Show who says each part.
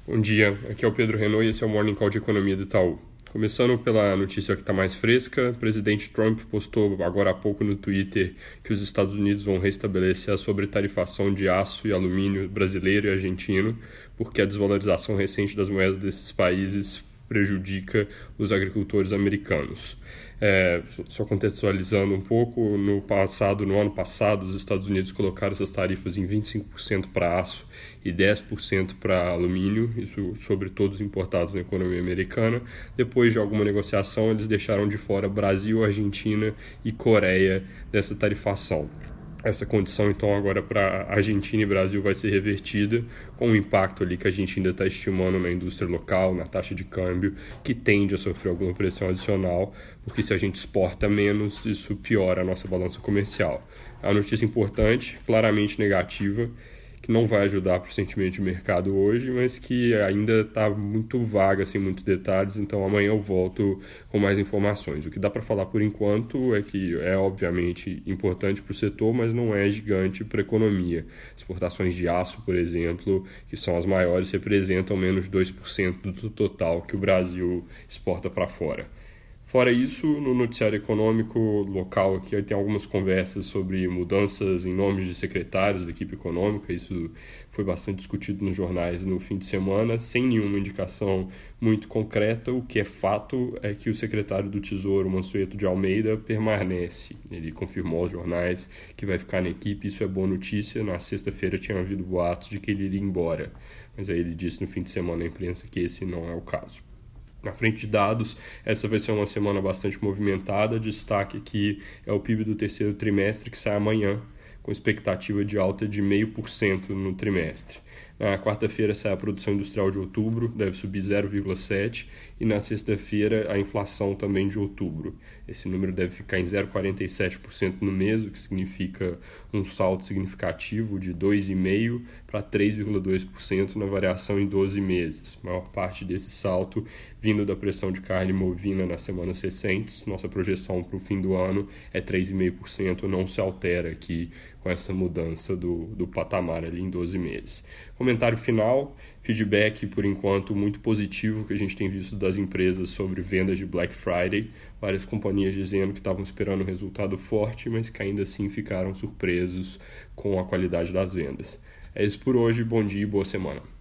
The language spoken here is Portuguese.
Speaker 1: Bom dia, aqui é o Pedro Renault e esse é o Morning Call de Economia do Itaú. Começando pela notícia que está mais fresca, o presidente Trump postou agora há pouco no Twitter que os Estados Unidos vão restabelecer a sobretarifação de aço e alumínio brasileiro e argentino, porque a desvalorização recente das moedas desses países prejudica os agricultores americanos. Só contextualizando um pouco, no ano passado, os Estados Unidos colocaram essas tarifas em 25% para aço e 10% para alumínio, isso sobre todos importados na economia americana. Depois de alguma negociação, eles deixaram de fora Brasil, Argentina e Coreia dessa tarifação. Essa condição, então, agora para Argentina e Brasil vai ser revertida com o impacto ali que a gente ainda está estimando na indústria local, na taxa de câmbio, que tende a sofrer alguma pressão adicional, porque se a gente exporta menos, isso piora a nossa balança comercial. É uma notícia importante, claramente negativa, que não vai ajudar para o sentimento de mercado hoje, mas que ainda está muito vaga, sem muitos detalhes, então amanhã eu volto com mais informações. O que dá para falar por enquanto é que é obviamente importante para o setor, mas não é gigante para a economia. Exportações de aço, por exemplo, que são as maiores, representam menos de 2% do total que o Brasil exporta para fora. Fora isso, no noticiário econômico local aqui tem algumas conversas sobre mudanças em nomes de secretários da equipe econômica. Isso foi bastante discutido nos jornais no fim de semana, sem nenhuma indicação muito concreta. O que é fato é que o secretário do Tesouro, Mansueto de Almeida, permanece. Ele confirmou aos jornais que vai ficar na equipe, isso é boa notícia. Na sexta-feira tinha havido boatos de que ele iria embora, mas aí ele disse no fim de semana à imprensa que esse não é o caso. Na frente de dados, essa vai ser uma semana bastante movimentada. Destaque aqui é o PIB do terceiro trimestre, que sai amanhã, com expectativa de alta de 0,5% no trimestre. Na quarta-feira sai a produção industrial de outubro, deve subir 0,7%, e na sexta-feira a inflação também de outubro. Esse número deve ficar em 0,47% no mês, o que significa um salto significativo de 2,5% para 3,2% na variação em 12 meses. A maior parte desse salto vindo da pressão de carne bovina nas semanas recentes. Nossa projeção para o fim do ano é 3,5%, não se altera aqui com essa mudança do patamar ali em 12 meses. Comentário final, feedback por enquanto muito positivo que a gente tem visto das empresas sobre vendas de Black Friday. Várias companhias dizendo que estavam esperando um resultado forte, mas que ainda assim ficaram surpresos com a qualidade das vendas. É isso por hoje, bom dia e boa semana.